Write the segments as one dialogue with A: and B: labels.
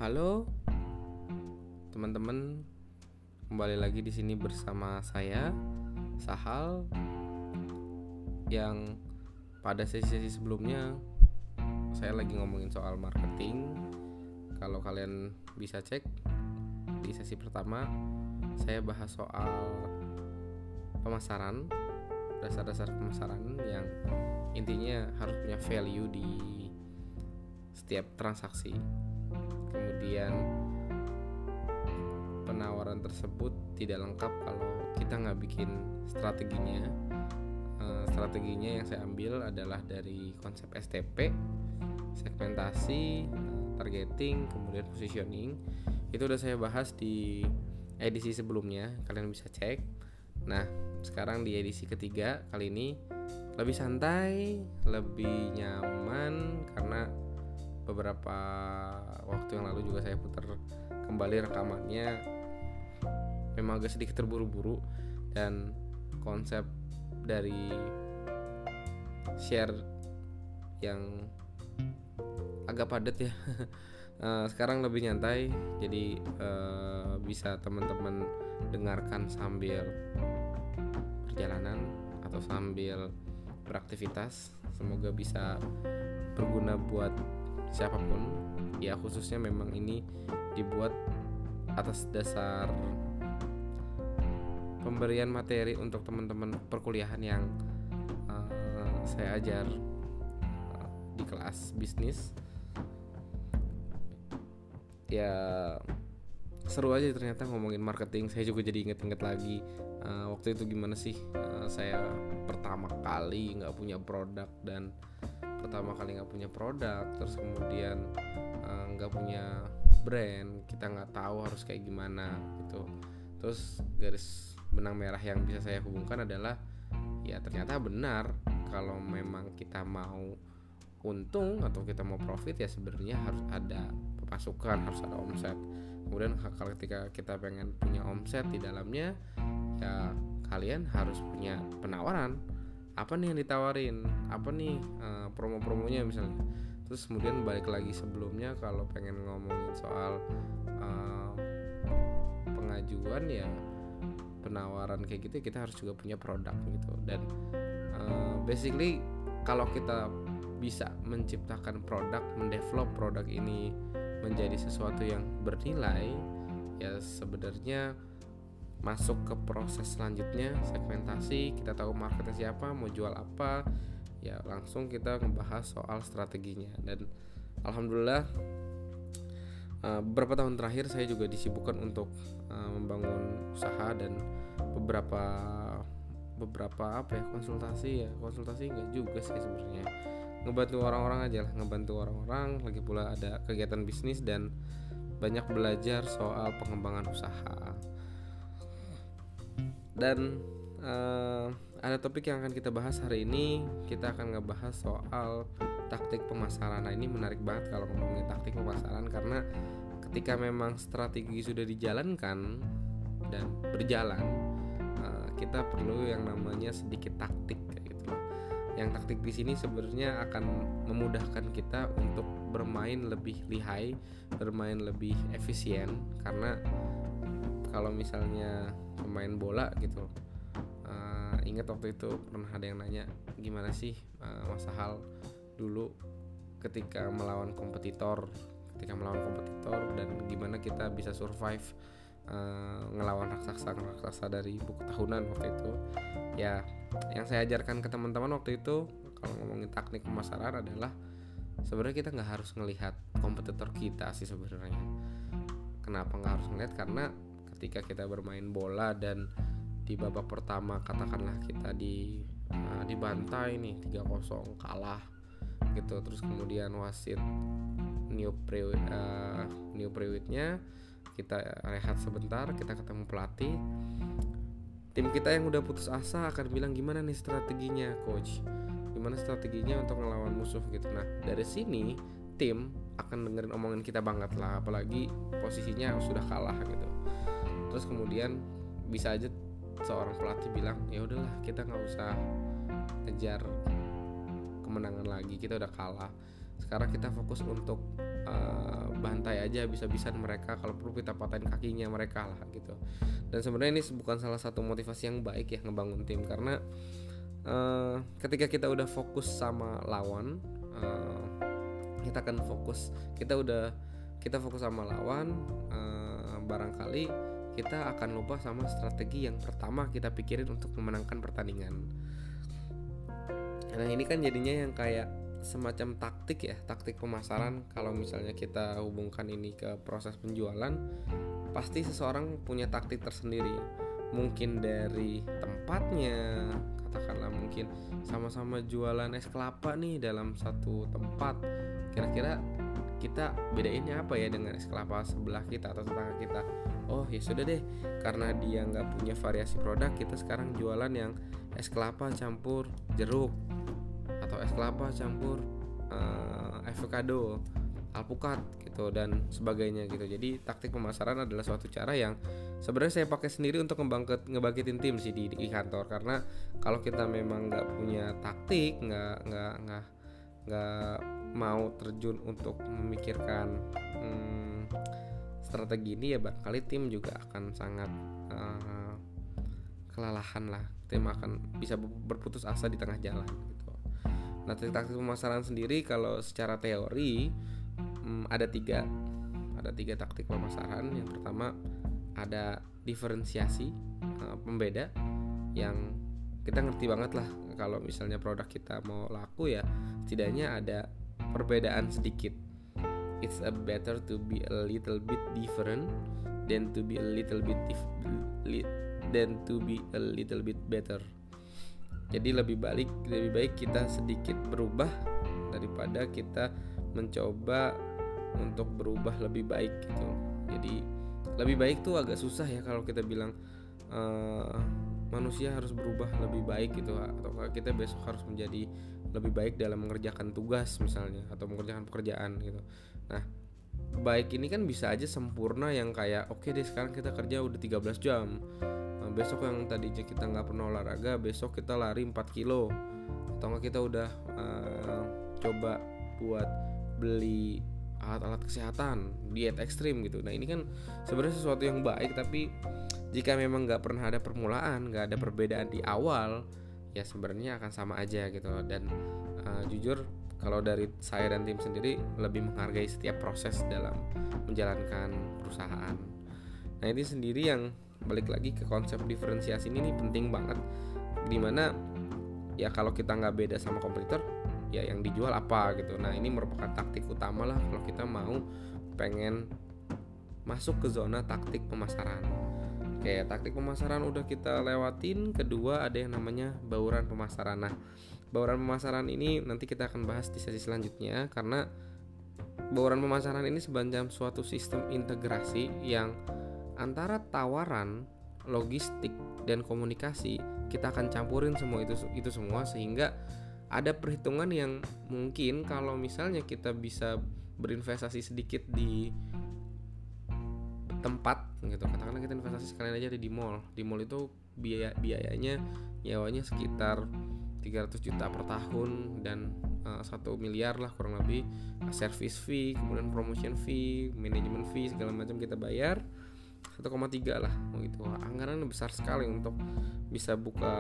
A: Halo teman-teman, kembali lagi di sini bersama saya Sahal, yang pada sesi-sesi sebelumnya saya lagi ngomongin soal marketing. Kalau kalian bisa cek di sesi pertama, saya bahas soal pemasaran, dasar-dasar pemasaran yang intinya harus punya value di setiap transaksi. Kemudian penawaran tersebut tidak lengkap kalau kita nggak bikin strateginya. Strateginya yang saya ambil adalah dari konsep STP, segmentasi, targeting, kemudian positioning. Itu udah saya bahas di edisi sebelumnya, kalian bisa cek. Nah, sekarang di edisi ketiga kali ini lebih santai, lebih nyaman, karena beberapa waktu yang lalu juga saya putar kembali rekamannya. Memang agak sedikit terburu-buru dan konsep dari share yang agak padat ya. Sekarang lebih nyantai, jadi bisa teman-teman dengarkan sambil perjalanan atau sambil beraktivitas. Semoga bisa berguna buat siapapun ya, khususnya memang ini dibuat atas dasar pemberian materi untuk teman-teman perkuliahan yang saya ajar di kelas bisnis. Ya seru aja ternyata ngomongin marketing. Saya juga jadi inget-inget lagi waktu itu gimana sih saya pertama kali nggak punya produk, terus kemudian nggak punya brand, kita nggak tahu harus kayak gimana gitu. Terus garis benang merah yang bisa saya hubungkan adalah ya ternyata benar, kalau memang kita mau untung atau kita mau profit ya sebenarnya harus ada pemasukan, harus ada omset. Kemudian kalau ketika kita pengen punya omset di dalamnya, ya kalian harus punya penawaran. Apa nih yang ditawarin, apa nih promo-promonya misalnya. Terus kemudian balik lagi sebelumnya, kalau pengen ngomongin soal pengajuan ya penawaran kayak gitu, kita harus juga punya produk gitu. Dan basically kalau kita bisa menciptakan produk, mendevelop produk ini menjadi sesuatu yang bernilai, ya sebenarnya masuk ke proses selanjutnya, segmentasi. Kita tahu marketnya siapa, mau jual apa, ya langsung kita ngebahas soal strateginya. Dan alhamdulillah beberapa tahun terakhir saya juga disibukkan untuk membangun usaha dan beberapa konsultasi nggak juga sih sebenarnya, ngebantu orang-orang, lagi pula ada kegiatan bisnis dan banyak belajar soal pengembangan usaha. Dan ada topik yang akan kita bahas hari ini. Kita akan ngebahas soal taktik pemasaran. Nah, ini menarik banget kalau ngomongin taktik pemasaran, karena ketika memang strategi sudah dijalankan dan berjalan, kita perlu yang namanya sedikit taktik kayak gitu loh. Yang taktik di sini sebenarnya akan memudahkan kita untuk bermain lebih lihai, bermain lebih efisien. Karena kalau misalnya pemain bola gitu, ingat waktu itu pernah ada yang nanya, gimana sih Mas Hal dulu ketika melawan kompetitor dan gimana kita bisa survive ngelawan raksasa dari buku tahunan waktu itu. Ya, yang saya ajarkan ke teman-teman waktu itu kalau ngomongin teknik pemasaran adalah sebenarnya kita nggak harus ngelihat kompetitor kita sih sebenarnya. Kenapa nggak harus ngelihat? Karena ketika kita bermain bola dan di babak pertama katakanlah kita dibantai nih 3-0 kalah gitu, terus kemudian wasit new priwitnya, kita rehat sebentar, kita ketemu pelatih, tim kita yang udah putus asa akan bilang, gimana nih strateginya coach, gimana strateginya untuk ngelawan musuh gitu. Nah dari sini tim akan dengerin omongan kita banget lah, apalagi posisinya sudah kalah gitu. Terus kemudian bisa aja seorang pelatih bilang, ya udahlah kita nggak usah ngejar kemenangan lagi, kita udah kalah. sekarang kita fokus untuk bantai aja bisa-bisan mereka, kalau perlu kita patahin kakinya mereka lah gitu. Dan sebenarnya ini bukan salah satu motivasi yang baik ya ngebangun tim, karena ketika kita udah fokus sama lawan, kita akan fokus, kita fokus sama lawan, barangkali kita akan lupa sama strategi yang pertama kita pikirin untuk memenangkan pertandingan. Nah ini kan jadinya yang kayak semacam taktik pemasaran. Kalau misalnya kita hubungkan ini ke proses penjualan, pasti seseorang punya taktik tersendiri. Mungkin dari tempatnya, katakanlah mungkin sama-sama jualan es kelapa nih dalam satu tempat, kira-kira kita bedainnya apa ya dengan es kelapa sebelah kita atau tetangga kita. Oh ya sudah deh, karena dia nggak punya variasi produk, kita sekarang jualan yang es kelapa campur jeruk, atau es kelapa campur avocado, alpukat gitu dan sebagainya gitu. Jadi taktik pemasaran adalah suatu cara yang sebenarnya saya pakai sendiri untuk ngebangkitin tim sih di kantor. Karena kalau kita memang nggak punya taktik, nggak mau terjun untuk memikirkan strategi ini, ya barangkali tim juga akan sangat kelelahan lah. Tim akan bisa berputus asa di tengah jalan gitu. Nah, taktik pemasaran sendiri kalau secara teori ada tiga taktik pemasaran. Yang pertama ada diferensiasi, pembeda, yang kita ngerti banget lah kalau misalnya produk kita mau laku ya setidaknya ada perbedaan sedikit. It's a better to be a little bit different than to be a little bit better. Jadi lebih baik kita sedikit berubah daripada kita mencoba untuk berubah lebih baik gitu. Jadi lebih baik tuh agak susah ya kalau kita bilang manusia harus berubah lebih baik gitu, atau kita besok harus menjadi lebih baik dalam mengerjakan tugas misalnya atau mengerjakan pekerjaan gitu. Nah, baik ini kan bisa aja sempurna yang kayak oke deh sekarang kita kerja udah 13 jam. Besok yang tadinya kita nggak pernah olahraga, besok kita lari 4 kilo. Atau nggak kita udah coba buat beli alat-alat kesehatan, diet ekstrim gitu. Nah ini kan sebenarnya sesuatu yang baik, tapi jika memang nggak pernah ada permulaan, nggak ada perbedaan di awal, ya sebenarnya akan sama aja gitu. Dan jujur kalau dari saya dan tim sendiri lebih menghargai setiap proses dalam menjalankan perusahaan. Nah ini sendiri yang balik lagi ke konsep diferensiasi ini penting banget, dimana ya kalau kita nggak beda sama kompetitor ya yang dijual apa gitu. Nah ini merupakan taktik utama lah kalau kita mau pengen masuk ke zona taktik pemasaran. Oke, taktik pemasaran udah kita lewatin. Kedua ada yang namanya bauran pemasaran. Nah bauran pemasaran ini nanti kita akan bahas di sesi selanjutnya, karena bauran pemasaran ini semacam suatu sistem integrasi yang antara tawaran, logistik, dan komunikasi kita akan campurin semua itu semua, sehingga ada perhitungan yang mungkin kalau misalnya kita bisa berinvestasi sedikit di tempat gitu, katakanlah kita investasi sekalian aja di mall. Di mall itu biayanya nyewanya sekitar 300 juta per tahun dan 1 miliar lah kurang lebih, service fee, kemudian promotion fee, manajemen fee segala macam kita bayar 1,3 lah gitu. Anggaran besar sekali untuk bisa buka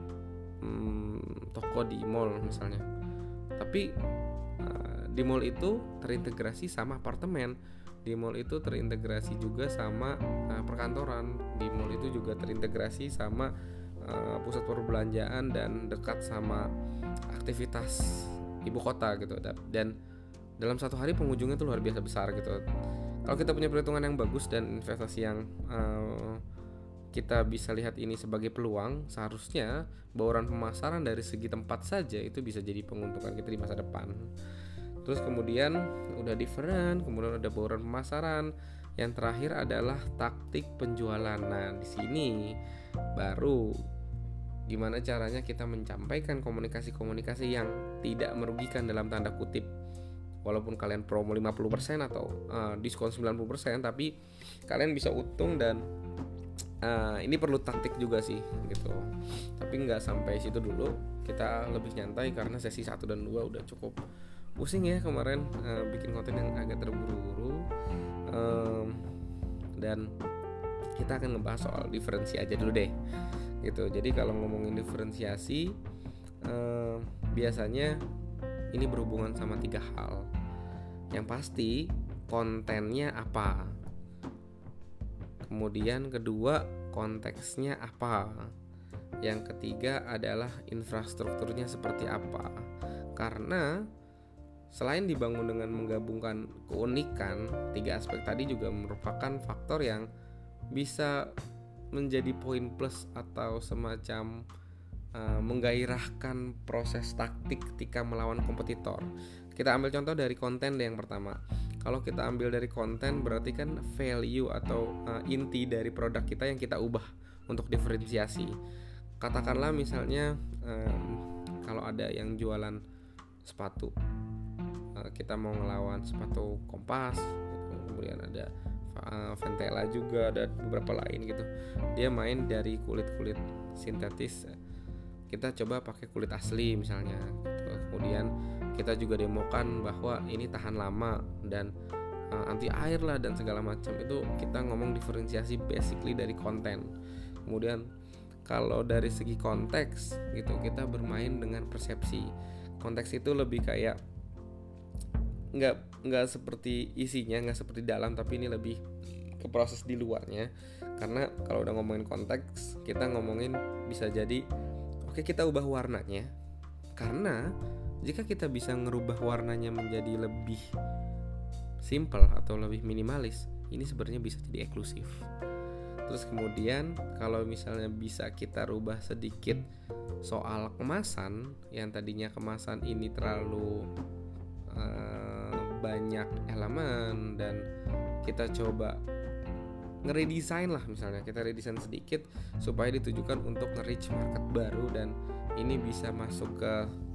A: toko di mall misalnya. Tapi di mall itu terintegrasi sama apartemen, di mall itu terintegrasi juga sama perkantoran, di mall itu juga terintegrasi sama pusat perbelanjaan dan dekat sama aktivitas ibu kota gitu. Dan dalam satu hari pengunjungnya tuh luar biasa besar gitu. Kalau kita punya perhitungan yang bagus dan investasi yang kita bisa lihat ini sebagai peluang, seharusnya bauran pemasaran dari segi tempat saja itu bisa jadi penguntungan kita di masa depan. Terus kemudian udah different, kemudian ada bauran pemasaran. Yang terakhir adalah taktik penjualan. Nah, di sini baru gimana caranya kita menyampaikan komunikasi-komunikasi yang tidak merugikan dalam tanda kutip. Walaupun kalian promo 50% atau diskon 90%, tapi kalian bisa untung. Dan ini perlu taktik juga sih gitu. Tapi nggak sampai situ dulu, kita lebih nyantai karena sesi 1 dan 2 udah cukup pusing ya kemarin bikin konten yang agak terburu-buru, dan kita akan ngebahas soal diferensi aja dulu deh gitu. Jadi kalau ngomongin diferensiasi, biasanya ini berhubungan sama 3 hal. Yang pasti kontennya apa, kemudian kedua konteksnya apa, yang ketiga adalah infrastrukturnya seperti apa. Karena selain dibangun dengan menggabungkan keunikan, 3 aspek tadi juga merupakan faktor yang bisa menjadi poin plus atau semacam menggairahkan proses taktik ketika melawan kompetitor. Kita ambil contoh dari konten deh yang pertama. Kalau kita ambil dari konten berarti kan value atau inti dari produk kita yang kita ubah untuk diferensiasi. Katakanlah misalnya kalau ada yang jualan sepatu, kita mau ngelawan sepatu Kompas gitu. Kemudian ada Ventela juga dan beberapa lain gitu. Dia main dari kulit-kulit sintetis, kita coba pakai kulit asli misalnya gitu. Kemudian kita juga demokan bahwa ini tahan lama dan anti air lah dan segala macam. Itu kita ngomong diferensiasi basically dari konten. Kemudian kalau dari segi konteks gitu, kita bermain dengan persepsi. Konteks itu lebih kayak nggak seperti isinya, nggak seperti dalam, tapi ini lebih ke proses di luarnya. Karena kalau udah ngomongin konteks, kita ngomongin bisa jadi oke, kita ubah warnanya. Karena jika kita bisa ngerubah warnanya menjadi lebih simple atau lebih minimalis, ini sebenarnya bisa jadi eksklusif. Terus kemudian kalau misalnya bisa kita rubah sedikit soal kemasan, yang tadinya kemasan ini terlalu banyak elemen, dan kita coba ngeredesign lah, misalnya kita redesign sedikit supaya ditujukan untuk nge-reach market baru, dan ini bisa masuk ke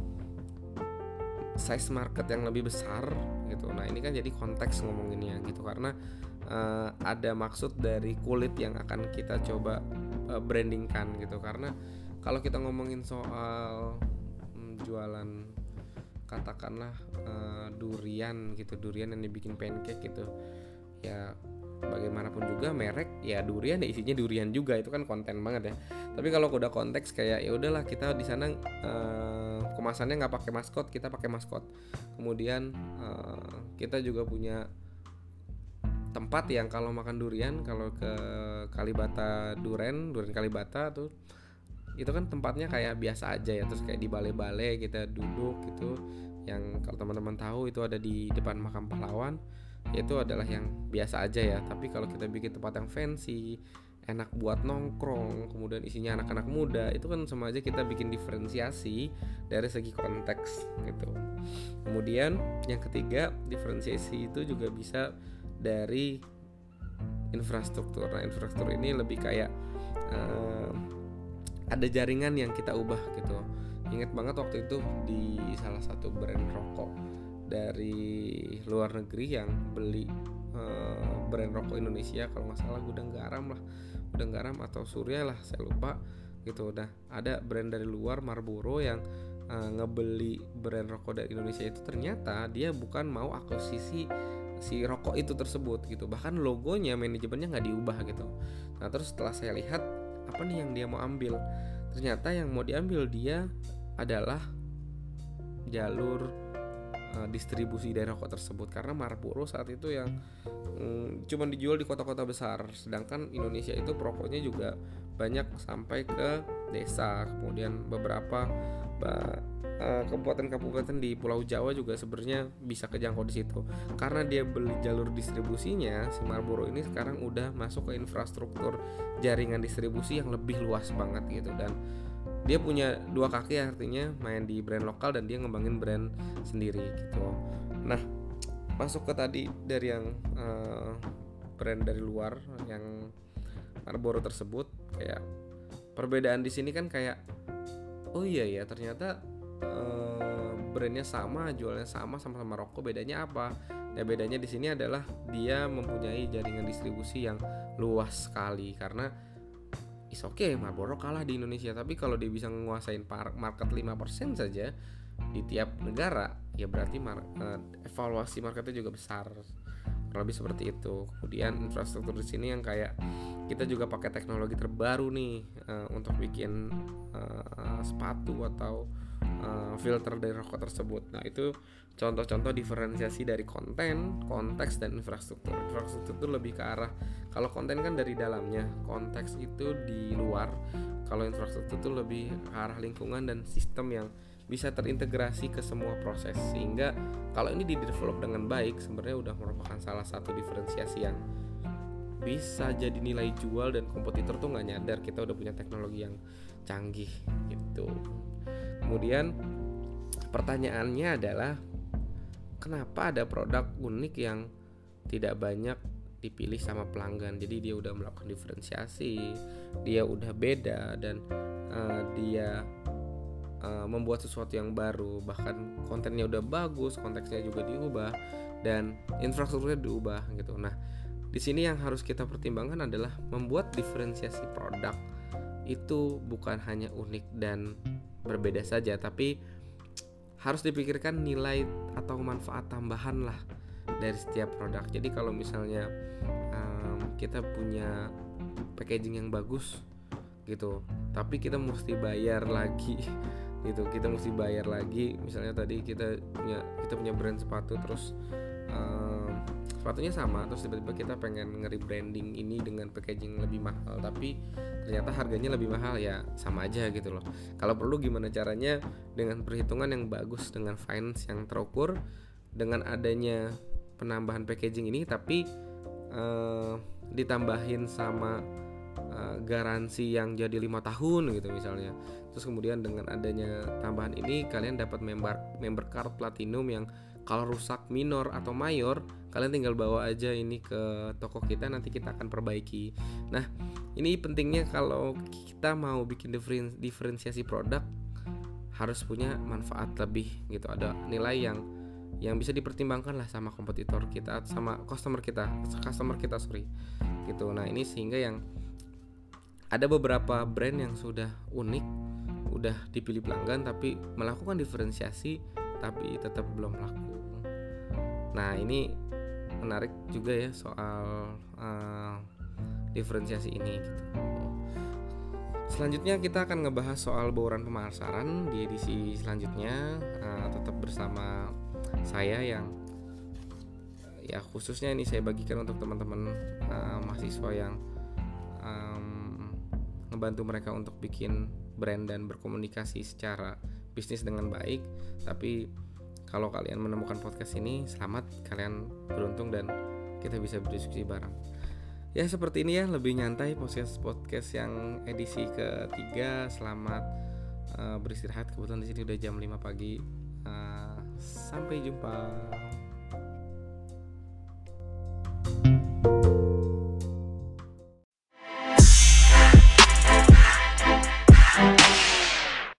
A: size market yang lebih besar gitu. Nah ini kan jadi konteks ngomonginnya gitu, karena ada maksud dari kulit yang akan kita coba brandingkan gitu. Karena kalau kita ngomongin soal jualan katakanlah durian gitu, durian yang dibikin pancake gitu ya, bagaimanapun juga merek ya durian ya isinya durian juga, itu kan konten banget ya. Tapi kalau udah konteks kayak ya udahlah, kita di sana kemasannya nggak pakai maskot, kita pakai maskot. Kemudian kita juga punya tempat yang kalau makan durian, kalau ke Kalibata Duren Kalibata tuh, itu kan tempatnya kayak biasa aja ya, terus kayak di balai-balai kita duduk gitu, yang kalau teman-teman tahu itu ada di depan makam pahlawan. Itu adalah yang biasa aja ya. Tapi kalau kita bikin tempat yang fancy, enak buat nongkrong, kemudian isinya anak-anak muda, itu kan sama aja kita bikin diferensiasi dari segi konteks gitu. Kemudian yang ketiga, diferensiasi itu juga bisa dari infrastruktur. Nah infrastruktur ini lebih kayak ada jaringan yang kita ubah gitu. Ingat banget waktu itu di salah satu brand rokok dari luar negeri yang beli brand rokok Indonesia, kalau nggak salah Gudang Garam atau Surya lah, saya lupa gitu. Nah ada brand dari luar, Marlboro, yang ngebeli brand rokok dari Indonesia itu, ternyata dia bukan mau akuisisi si rokok itu tersebut gitu, bahkan logonya, manajemennya nggak diubah gitu. Nah terus setelah saya lihat apa nih yang dia mau ambil, ternyata yang mau diambil dia adalah jalur distribusi dari rokok tersebut, karena Marlboro saat itu yang cuma dijual di kota-kota besar, sedangkan Indonesia itu perokoknya juga banyak sampai ke desa, kemudian beberapa kabupaten-kabupaten di Pulau Jawa juga sebenarnya bisa kejangkau di situ. Karena dia beli jalur distribusinya, si Marlboro ini sekarang udah masuk ke infrastruktur jaringan distribusi yang lebih luas banget gitu, dan dia punya dua kaki, artinya main di brand lokal dan dia ngembangin brand sendiri gitu. Nah masuk ke tadi dari yang brand dari luar yang Marlboro tersebut, kayak perbedaan di sini kan kayak oh iya ya, ternyata brandnya sama, jualnya sama-sama rokok, bedanya apa? Ya bedanya di sini adalah dia mempunyai jaringan distribusi yang luas sekali. Karena is okay, Marlboro kalah di Indonesia, tapi kalau dia bisa menguasain market 5% saja, di tiap negara, ya berarti evaluasi marketnya juga besar. Lebih seperti itu. Kemudian infrastruktur di sini yang kayak kita juga pakai teknologi terbaru nih untuk bikin sepatu atau filter dari rokok tersebut. Nah, itu contoh-contoh diferensiasi dari konten, konteks, dan infrastruktur. Infrastruktur itu lebih ke arah, kalau konten kan dari dalamnya, konteks itu di luar. Kalau infrastruktur itu lebih ke arah lingkungan dan sistem yang bisa terintegrasi ke semua proses, sehingga kalau ini di-develop dengan baik sebenarnya udah merupakan salah satu diferensiasi yang bisa jadi nilai jual, dan kompetitor tuh nggak nyadar kita udah punya teknologi yang canggih gitu. Kemudian pertanyaannya adalah, kenapa ada produk unik yang tidak banyak dipilih sama pelanggan? Jadi dia udah melakukan diferensiasi, dia udah beda, dan dia membuat sesuatu yang baru, bahkan kontennya udah bagus, konteksnya juga diubah, dan infrastrukturnya diubah gitu. Nah, di sini yang harus kita pertimbangkan adalah membuat diferensiasi produk itu bukan hanya unik dan berbeda saja, tapi harus dipikirkan nilai atau manfaat tambahan lah dari setiap produk. Jadi kalau misalnya kita punya packaging yang bagus gitu, tapi kita mesti bayar lagi gitu, kita mesti bayar lagi. Misalnya tadi kita punya brand sepatu, terus sepatunya sama, terus tiba-tiba kita pengen nge-rebranding ini dengan packaging lebih mahal, tapi ternyata harganya lebih mahal, ya sama aja gitu loh. Kalau perlu gimana caranya dengan perhitungan yang bagus, dengan finance yang terukur, dengan adanya penambahan packaging ini, tapi ditambahin sama garansi yang jadi 5 tahun gitu misalnya. Terus kemudian dengan adanya tambahan ini kalian dapat member card platinum yang kalau rusak minor atau mayor, kalian tinggal bawa aja ini ke toko kita, nanti kita akan perbaiki. Nah, ini pentingnya kalau kita mau bikin diferensiasi produk, harus punya manfaat lebih gitu, ada nilai yang bisa dipertimbangkan lah sama kompetitor kita, sama customer kita gitu. Nah, ini sehingga yang ada beberapa brand yang sudah unik, udah dipilih pelanggan, tapi melakukan diferensiasi tapi tetap belum laku. Nah, ini menarik juga ya soal diferensiasi ini gitu. Selanjutnya kita akan ngebahas soal bauran pemasaran di edisi selanjutnya. Tetap bersama saya yang ya khususnya ini saya bagikan untuk teman-teman mahasiswa yang ngebantu mereka untuk bikin brand dan berkomunikasi secara bisnis dengan baik. Tapi kalau kalian menemukan podcast ini, selamat, kalian beruntung dan kita bisa berdiskusi bareng. Ya seperti ini ya, lebih nyantai podcast yang edisi ketiga. Selamat beristirahat, kebetulan di sini udah jam 5 pagi. Sampai jumpa.